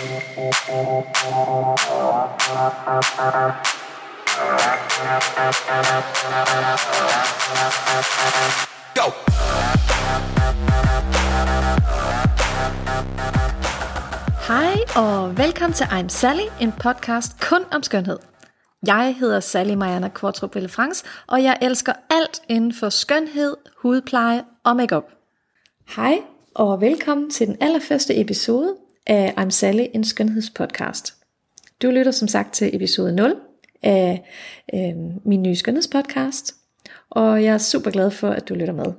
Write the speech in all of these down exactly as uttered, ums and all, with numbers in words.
Go! Hej og velkommen til I'm Sally, en podcast kun om skønhed. Jeg hedder Sally Marianne Kvartrup Villefranche, og jeg elsker alt inden for skønhed, hudpleje og makeup. Hej og velkommen til den allerførste episode af I'm Sally, en skønhedspodcast. Du lytter som sagt til episode nul af øh, min nye skønhedspodcast, og jeg er super glad for, at du lytter med.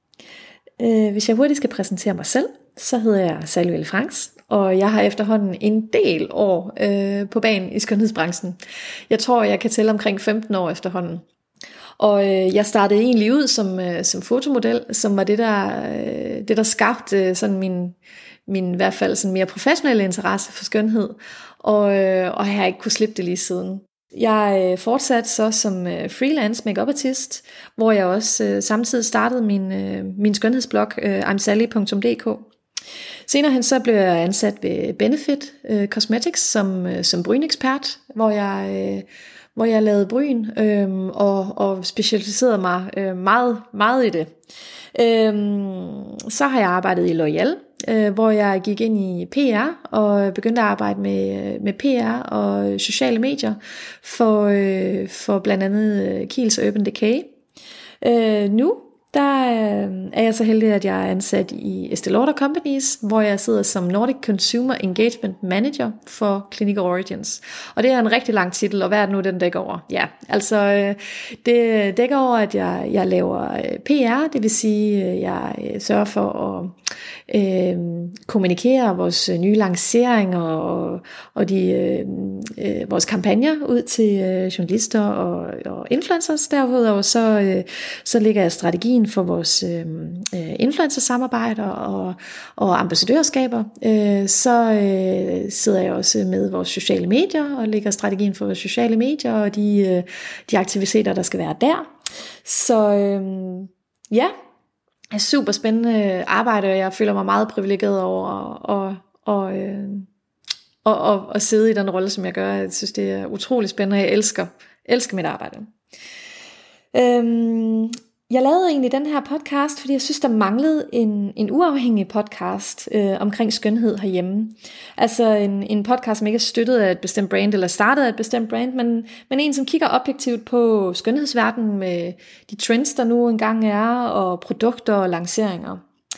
Øh, hvis jeg hurtigt skal præsentere mig selv, så hedder jeg Sally Villefranche, og jeg har efterhånden en del år øh, på banen i skønhedsbranchen. Jeg tror, jeg kan tælle omkring femten år efterhånden. Og øh, jeg startede egentlig ud som, øh, som fotomodel, som var det, der, øh, det, der skabte øh, sådan min, min i hvert fald sådan mere professionelle interesse for skønhed. Og, øh, og jeg har ikke kunne slippe det lige siden. Jeg øh, fortsatte så som øh, freelance make-up artist, hvor jeg også øh, samtidig startede min, øh, min skønhedsblog øh, i'm sally punktum d k. Senere hen så blev jeg ansat ved Benefit øh, Cosmetics som, øh, som brynekspert, hvor jeg, øh, hvor jeg lavede bryn øh, og, og specialiserede mig øh, meget, meget i det. Øh, så har jeg arbejdet i L'Oréal, øh, hvor jeg gik ind i P R og begyndte at arbejde med, med P R og sociale medier for, øh, for blandt andet Kiehl's Urban Decay. Øh, nu Der er jeg så heldig, at jeg er ansat i Estée Lauder Companies, hvor jeg sidder som Nordic Consumer Engagement Manager for Clinical Origins. Og det er en rigtig lang titel, og hvad er det nu, den dækker over? Ja, altså det dækker over, at jeg, jeg laver P R, det vil sige, at jeg sørger for at øh, kommunikere vores nye lanceringer og, og de, øh, vores kampagner ud til øh, journalister og, og influencers. Derudover så, øh, så ligger jeg strategien for vores øh, influencer-samarbejder og, og ambassadørskaber. Øh, så øh, sidder jeg også med vores sociale medier og lægger strategien for vores sociale medier og de, øh, de aktiviteter, der skal være der. Så øh, ja, det er super spændende arbejde, og jeg føler mig meget privilegeret over at og, øh, og, og, og sidde i den rolle, som jeg gør. Jeg synes, det er utrolig spændende, og jeg elsker, elsker mit arbejde. Øh, Jeg lavede egentlig den her podcast, fordi jeg synes, der manglede en, en uafhængig podcast øh, omkring skønhed herhjemme. Altså en, en podcast, som ikke er støttet af et bestemt brand, eller startet af et bestemt brand, men, men en, som kigger objektivt på skønhedsverdenen med de trends, der nu engang er, og produkter og lanceringer.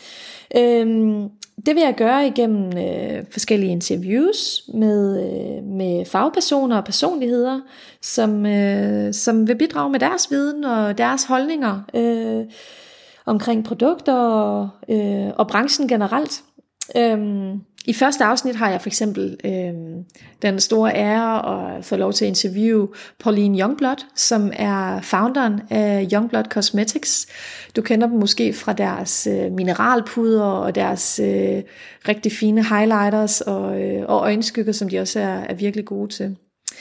Øhm, Det vil jeg gøre igennem øh, forskellige interviews med, øh, med fagpersoner og personligheder, som, øh, som vil bidrage med deres viden og deres holdninger øh, omkring produkter og, øh, og branchen generelt. Øhm, I første afsnit har jeg for eksempel øh, den store ære at få lov til at interviewe Pauline Youngblood, som er founderen af Youngblood Cosmetics. Du kender dem måske fra deres øh, mineralpuder og deres øh, rigtig fine highlighters og, øh, og øjenskygger, som de også er, er virkelig gode til.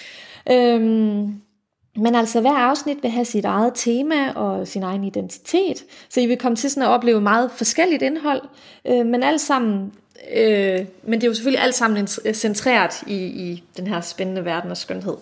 Øhm, Men altså hver afsnit vil have sit eget tema og sin egen identitet, så I vil komme til sådan at opleve meget forskelligt indhold, øh, men alt sammen, øh, men det er jo selvfølgelig alt sammen centreret i, i den her spændende verden af skønhed.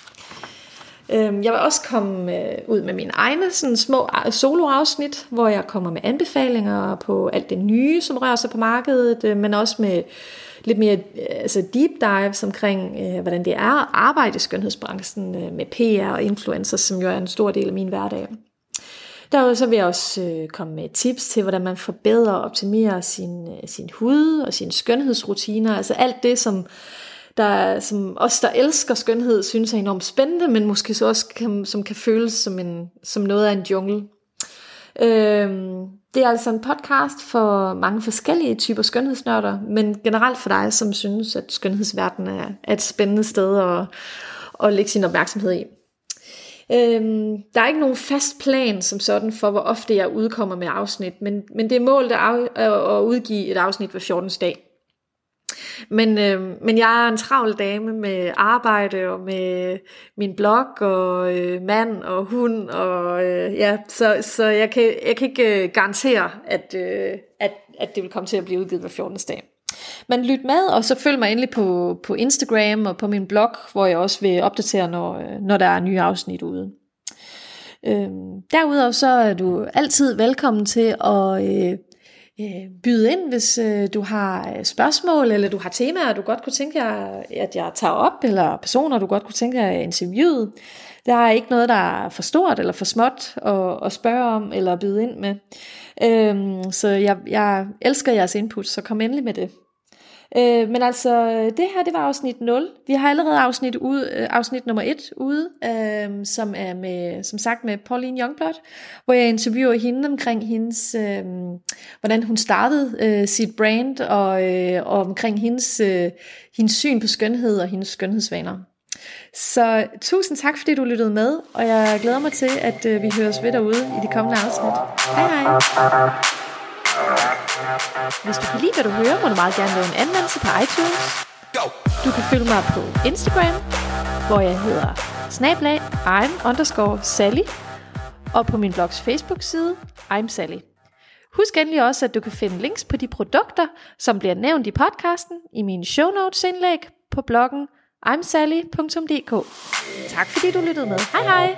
Øh, jeg vil også komme øh, ud med mine egne sådan små soloafsnit, hvor jeg kommer med anbefalinger på alt det nye, som rører sig på markedet, øh, men også med lidt mere altså deep dives omkring, øh, hvordan det er at arbejde i skønhedsbranchen øh, med P R og influencers, som jo er en stor del af min hverdag. Derudover så vil jeg også øh, komme med tips til, hvordan man forbedrer og optimerer sin, øh, sin hud og sine skønhedsrutiner. Altså alt det, som, der, som os, der elsker skønhed, synes er enormt spændende, men måske så også kan, som kan føles som, en, som noget af en jungle. Øhm, det er altså en podcast for mange forskellige typer skønhedsnørder, men generelt for dig, som synes, at skønhedsverdenen er, er et spændende sted at, at lægge sin opmærksomhed i. Øhm, der er ikke nogen fast plan som sådan for, hvor ofte jeg udkommer med afsnit, men, men det er målet at, af, at udgive et afsnit hver fjortende dag. Men, øh, men jeg er en travl dame med arbejde og med min blog og øh, mand og hund og øh, ja, så, så jeg kan jeg kan ikke garantere at, øh, at at det vil komme til at blive udgivet hver fjortende dag. Men lyt med, og så følg mig endelig på, på Instagram og på min blog, hvor jeg også vil opdatere, når, når der er nye afsnit ude. Øhm, derudover så er du altid velkommen til at øh, øh, byde ind, hvis øh, du har spørgsmål, eller du har temaer, du godt kunne tænke jer, at jeg tager op, eller personer, du godt kunne tænke jer interviewet. Der er ikke noget, der er for stort eller for småt at, at spørge om, eller byde ind med. Øhm, så jeg, jeg elsker jeres input, så kom endelig med det. Øh, men altså, det her, det var afsnit nul. Vi har allerede afsnit, ude, afsnit nummer et ude, øh, som er med, som sagt med Pauline Youngblood, hvor jeg interviewer hende omkring hendes, øh, hvordan hun startede øh, sit brand, og, øh, og omkring hendes, øh, hendes syn på skønhed og hendes skønhedsvaner. Så tusind tak, fordi du lyttede med, og jeg glæder mig til, at øh, vi høres ved derude i de kommende afsnit. Hej hej! Hvis du kan lide, hvad du hører, må du meget gerne lave en anmeldelse på iTunes. Du kan følge mig på Instagram, hvor jeg hedder snablag I'm underscore Sally, og på min blogs Facebook-side I'm Sally. Husk endelig også, at du kan finde links på de produkter, som bliver nævnt i podcasten, i mine show notes indlæg på bloggen i m sally punktum d k. Tak fordi du lyttede med. Hej hej!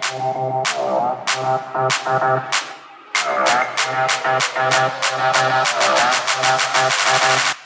We'll be right back.